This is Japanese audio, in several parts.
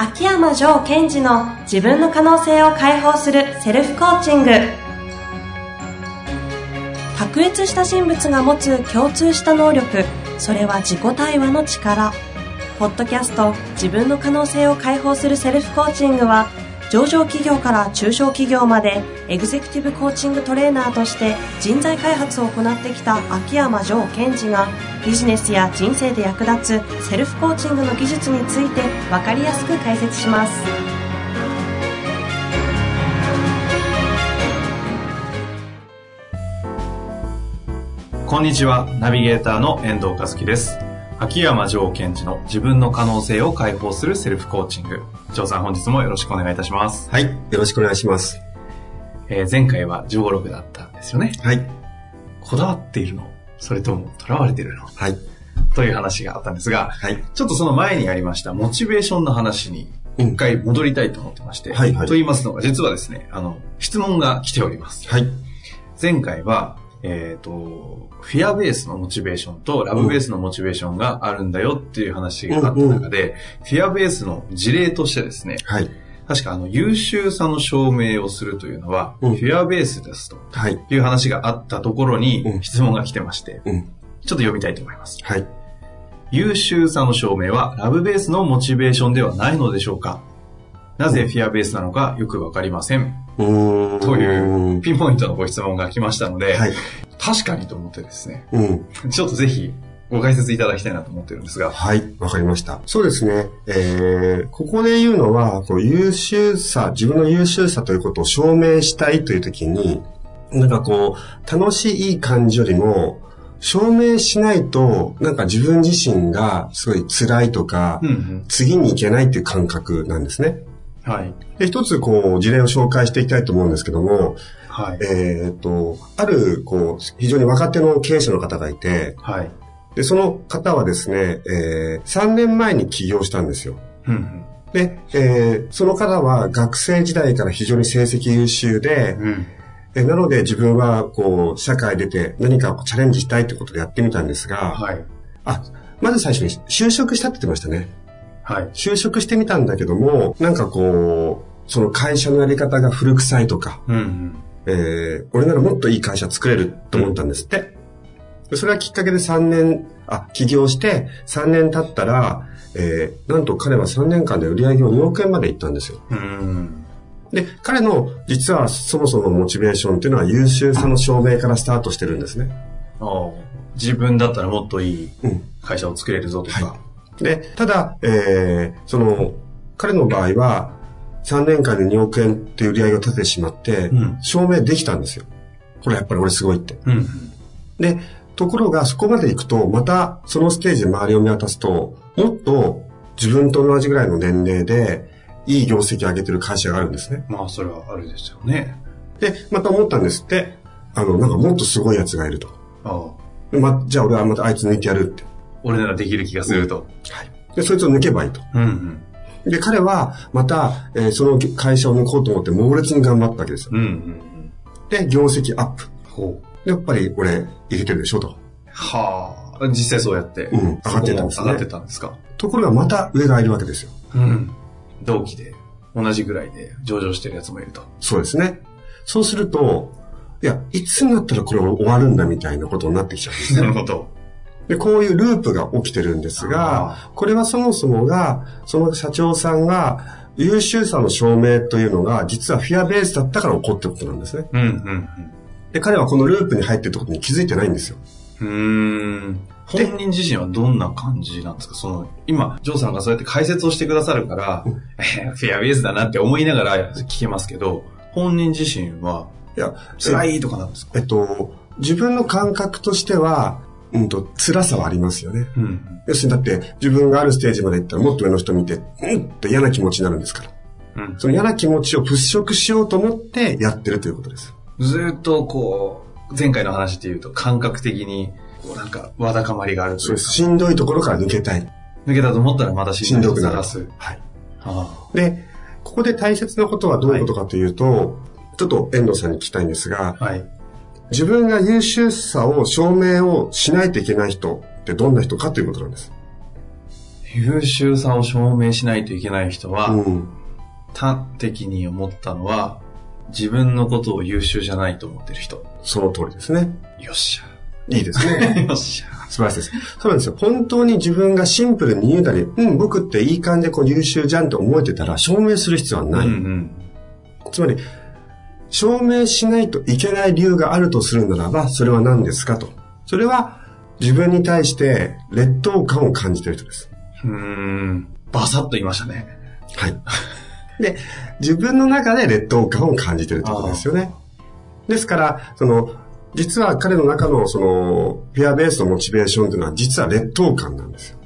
秋山城賢治の自分の可能性を解放するセルフコーチング。卓越した人物が持つ共通した能力、それは自己対話の力。ポッドキャスト自分の可能性を解放するセルフコーチングは、上場企業から中小企業までエグゼクティブコーチングトレーナーとして人材開発を行ってきた秋山城賢治が、ビジネスや人生で役立つセルフコーチングの技術について分かりやすく解説します。 こんにちは、ナビゲーターの遠藤和樹です。秋山城賢治の自分の可能性を解放するセルフコーチング。城さん、本日もよろしくお願いいたします。 はい、よろしくお願いします。 前回は上録だったんですよね。 はい。 こだわっているの？それとも囚われているの？ はい。 という話があったんですが、 はい。 ちょっとその前にありましたモチベーションの話に一回戻りたいと思ってまして、 はいはい。 と言いますのが、実はですね、質問が来ております。 はい。 前回は、フィアベースのモチベーションとラブベースのモチベーションがあるんだよっていう話があった中で、フィアベースの事例としてですね、 はい。 確か優秀さの証明をするというのは、フィアベースですという話があったところに質問が来てまして、ちょっと読みたいと思います。 はい。 優秀さの証明はラブベースのモチベーションではないのでしょうか？なぜフィアベースなのかよくわかりません。というピンポイントのご質問が来ましたので、はい、確かにと思ってですね、ちょっとぜひご解説いただきたいなと思ってるんですが。 はい、わかりました。そうですね。ここで言うのは、優秀さ、自分の優秀さということを証明したいというときに、楽しい感じよりも、証明しないと、自分自身がすごい辛いとか、次に行けないっていう感覚なんですね。 はい。 で、一つ、事例を紹介していきたいと思うんですけども、 はい。 ある、非常に若手の経営者の方がいて、 はい。 で、その方はですね、3年前に起業したんですよ。で、その方は学生時代から非常に成績優秀で、なので自分は、社会出て何かチャレンジしたいということでやってみたんですが、 はい。 まず最初に就職したって言ってましたね。 はい。 就職してみたんだけども、その会社のやり方が古臭いとか、俺ならもっといい会社作れると思ったんですって。それはきっかけで起業して3年経ったら、なんと彼は3年間で売り上げを2億円まで行ったんですよ。で、彼の実はそもそもモチベーションっていうのは優秀さの証明からスタートしてるんですね。 自分だったらもっといい会社を作れるぞとか。 はい、で、ただ、彼の場合は3年間で2億円っていう売り上げを立ててしまって、証明できたんですよ。これやっぱり俺すごいって。で、ところがそこまで行くと、またそのステージで周りを見渡すと、もっと自分と同じぐらいの年齢で、いい業績を上げてる会社があるんですね。 まあ、それはあるですよね。 で、また思ったんですって、もっとすごいやつがいると。じゃあ俺はまたあいつ抜いてやるって。 俺ならできる気がすると。 はい。で、そいつを抜けばいいと。で、彼はまた、その会社を抜こうと思って猛烈に頑張ったわけですよ。で、業績アップ。やっぱり俺、いけてるでしょと。 はあ。実際そうやって。 上がってたんですね。 上がってたんですか。 ところがまた上がいるわけですよ。 同期で、同じぐらいで上場してるやつもいると。 そうですね。そうすると、いつになったらこれ終わるんだみたいなことになってきちゃうんですね。 なるほど。 で、こういうループが起きてるんですが、これはそもそもが、その社長さんが優秀さの証明というのが、実はフィアベースだったから起こってることなんですね。で、彼はこのループに入っていることに気づいてないんですよ。 本人自身はどんな感じなんですか？今、ジョーさんがそうやって解説をしてくださるから、フィアベースだなって思いながら聞けますけど、本人自身は、辛いとかなんですか？ 自分の感覚としては、辛さはありますよね。要するにだって、自分があるステージまで行ったらもっと上の人見て、って嫌な気持ちになるんですから。その嫌な気持ちを払拭しようと思ってやってるということです。 ずっと前回の話で言うと感覚的に、わだかまりがあるというか。 そうです。しんどいところから抜けたい。 抜けたと思ったらまたしんどく探す。 はい。で、ここで大切なことはどういうことかというと、ちょっと遠藤さんに聞きたいんですが、自分が優秀さを証明をしないといけない人ってどんな人かということなんです。 優秀さを証明しないといけない人は、端的に思ったのは、自分のことを優秀じゃないと思ってる人。 その通りですね。 よっしゃ。 いいですね。 よっしゃ。 素晴らしいです。そうなんですよ。本当に自分がシンプルに言うたり、僕っていい感じで優秀じゃんと思えてたら証明する必要はない。つまり、証明しないといけない理由があるとするならば、それは何ですかと。それは自分に対して劣等感を感じている人です。 バサッと言いましたね。 はい。で、自分の中で劣等感を感じているということですよね。ですから、実は彼の中のフィアベースのモチベーションというのは実は劣等感なんですよ。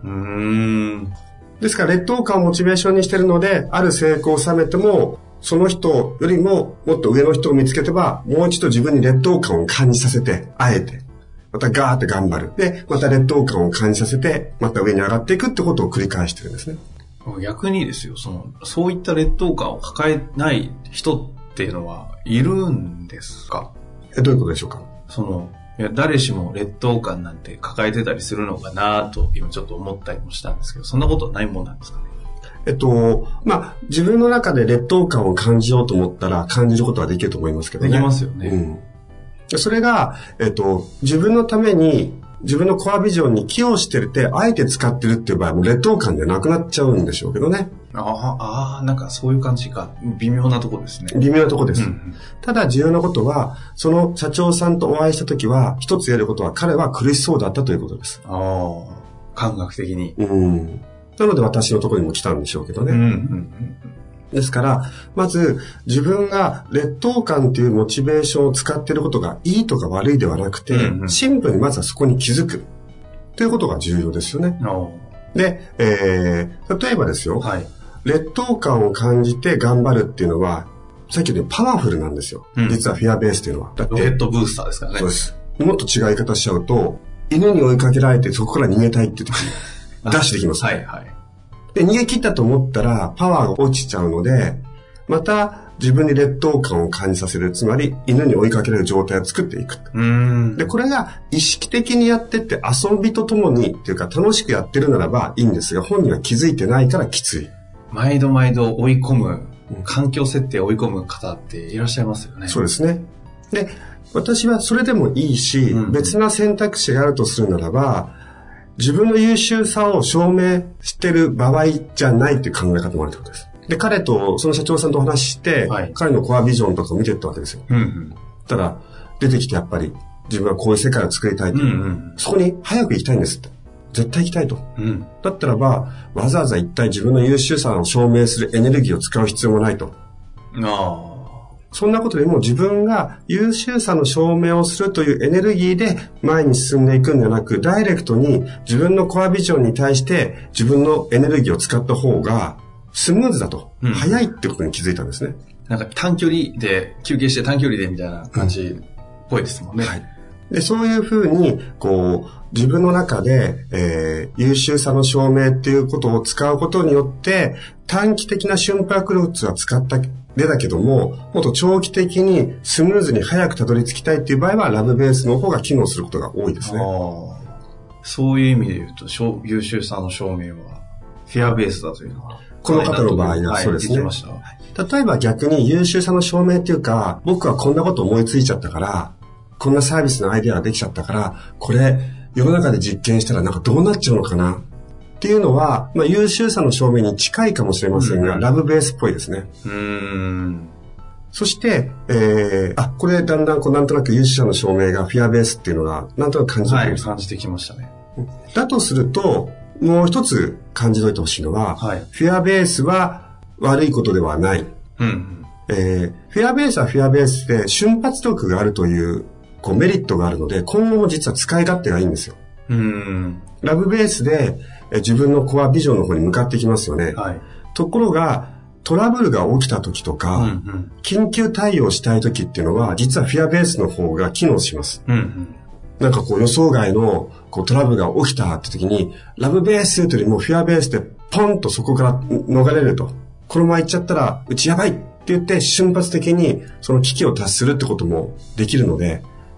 ですから劣等感をモチベーションにしているので、ある成功を収めても、その人よりももっと上の人を見つけてば、もう一度自分に劣等感を感じさせて、あえて、またガーって頑張る。で、また劣等感を感じさせて、また上に上がっていくってことを繰り返してるんですね。 逆にですよ、そういった劣等感を抱えない人っていうのはいるんですか？ どういうことでしょうか？ 誰しも劣等感なんて抱えてたりするのかなと今ちょっと思ったりもしたんですけど、そんなことはないもんなんですかね？ 自分の中で劣等感を感じようと思ったら感じることはできると思いますけどね。 できますよね。 それが、自分のために、自分のコアビジョンに寄与してるって、あえて使ってるっていう場合はもう劣等感でなくなっちゃうんでしょうけどね。 なんかそういう感じか。微妙なとこですね。 微妙なとこです。ただ重要なことは、その社長さんとお会いしたときは、一つ言えることは彼は苦しそうだったということです。 感覚的に。 なので私のところにも来たんでしょうけどね。ですから、まず自分が劣等感というモチベーションを使っていることがいいとか悪いではなくて、シンプルにまずはそこに気づくということが重要ですよね。で、例えばですよ、劣等感を感じて頑張るっていうのは、さっき言ったパワフルなんですよ。実はフィアベースっていうのは。 だってロケットブースターですからね。 そうです。もっと違い方しちゃうと、犬に追いかけられてそこから逃げたいっていう時にダッシュできます、で、逃げ切ったと思ったらパワーが落ちちゃうので、また自分に劣等感を感じさせる。つまり犬に追いかけられる状態を作っていく。で、これが意識的にやってって遊びとともにっていうか楽しくやってるならばいいんですが、本人は気づいてないからきつい。 毎度毎度追い込む、環境設定を追い込む方っていらっしゃいますよね。 そうですね。で、私はそれでもいいし、別な選択肢があるとするならば、自分の優秀さを証明してる場合じゃないっていう考え方もあるってことです。で、彼と、その社長さんとお話しして、彼のコアビジョンとかを見ていったわけですよ。ただ、出てきてやっぱり、自分はこういう世界を作りたいと。そこに早く行きたいんですって。絶対行きたいと。だったらば、わざわざ一体自分の優秀さを証明するエネルギーを使う必要もないと。そんなことよりも自分が優秀さの証明をするというエネルギーで前に進んでいくんではなく、ダイレクトに自分のコアビジョンに対して自分のエネルギーを使った方がスムーズだと、早いってことに気づいたんですね。 なんか短距離で、休憩して短距離でみたいな感じっぽいですもんね。 で、そういうふうに、自分の中で、優秀さの証明っていうことを使うことによって、短期的な瞬発力は使ったでだけども、もっと長期的にスムーズに早くたどり着きたいっていう場合は、ラブベースの方が機能することが多いですね。 そういう意味で言うと、優秀さの証明は、フィアベースだというのは。 この方の場合はそうですね。例えば逆に優秀さの証明っていうか、僕はこんなこと思いついちゃったから、こんなサービスのアイデアができちゃったから、これ世の中で実験したらなんかどうなっちゃうのかなっていうのは、優秀さの証明に近いかもしれませんが、ラブベースっぽいですね。そして、これだんだんなんとなく優秀さの証明がフィアベースっていうのがなんとなく感じてきました。 感じてきましたね。 だとすると、もう一つ感じといてほしいのは、フィアベースは悪いことではない。フィアベースはフィアベースで瞬発力があるというメリットがあるので、今後も実は使い勝手がいいんですよ。ラブベースで自分のコアビジョンの方に向かってきますよね。ところが、トラブルが起きた時とか、緊急対応したい時っていうのは、実はフィアベースの方が機能します。なんか予想外のトラブルが起きたって時に、ラブベースというよりもフィアベースでポンとそこから逃れると。このまま行っちゃったら、うちやばいって言って瞬発的にその危機を脱するってこともできるので、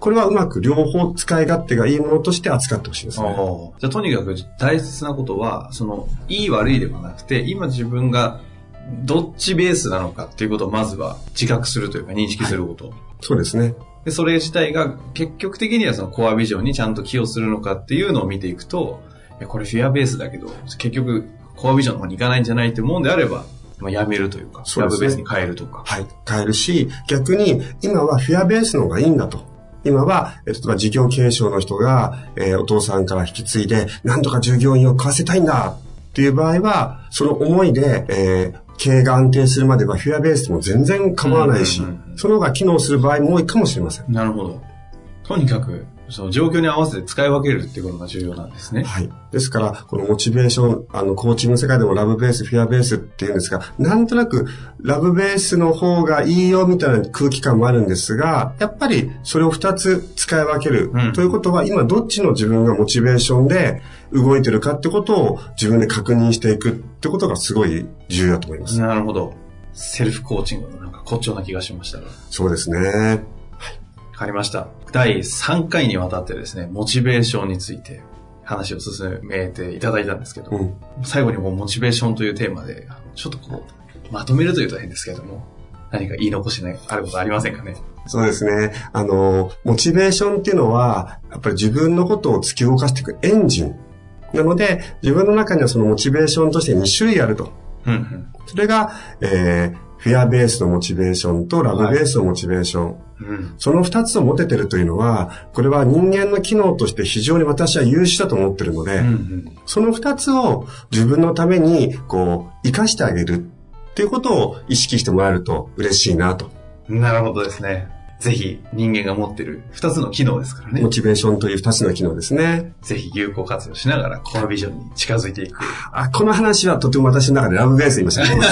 これはうまく両方使い勝手がいいものとして扱ってほしいですね。 じゃあとにかく大切なことは、いい悪いではなくて、今自分がどっちベースなのかっていうことをまずは自覚するというか認識すること。はい、 そうですね。 で、それ自体が結局的にはそのコアビジョンにちゃんと寄与するのかっていうのを見ていくと、これフィアベースだけど、結局コアビジョンの方に行かないんじゃないって思うんであれば、やめるというか、ラブベースに変えるとか。 はい、変えるし、逆に今はフィアベースの方がいいんだと。今は、例えば事業継承の人が、お父さんから引き継いで、なんとか従業員を食わせたいんだっていう場合は、その思いで、経営が安定するまではフィアベースでも全然構わないし、その方が機能する場合も多いかもしれません。 なるほど。とにかく、その状況に合わせて使い分けるっていうことが重要なんですね。 はい。ですから、このモチベーション、コーチングの世界でもラブベース、フィアベースっていうんですが、なんとなくラブベースの方がいいよみたいな空気感もあるんですが、やっぱりそれを2つ使い分ける、ということは、今どっちの自分がモチベーションで動いてるかってことを自分で確認していくってことがすごい重要だと思います。 なるほど。セルフコーチングのなんか骨頂な気がしましたが。 そうですね。 わかりました。第3回にわたってですね、モチベーションについて話を進めていただいたんですけど、最後にもうモチベーションというテーマで、ちょっとまとめるというと変ですけれども、何か言い残しね、あることありませんかね？ そうですね。モチベーションっていうのは、やっぱり自分のことを突き動かしていくエンジン。なので、自分の中にはそのモチベーションとして2種類あると。それが、フィアベースのモチベーションとラブベースのモチベーション。その2つを持ててるというのは、これは人間の機能として非常に私は優秀だと思ってるので、その2つを自分のために生かしてあげるっていうことを意識してもらえると嬉しいなと。 なるほどですね。ぜひ人間が持っている2つの機能ですからね。 モチベーションという2つの機能ですね。 ぜひ有効活用しながらコアビジョンに近づいていく。 この話はとても私の中でラブベースに今しゃべります。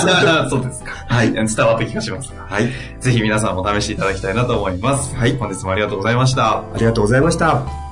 そうですか。はい。伝わった気がしますが。はい。ぜひ皆さんも試していただきたいなと思います。はい。本日もありがとうございました。 ありがとうございました。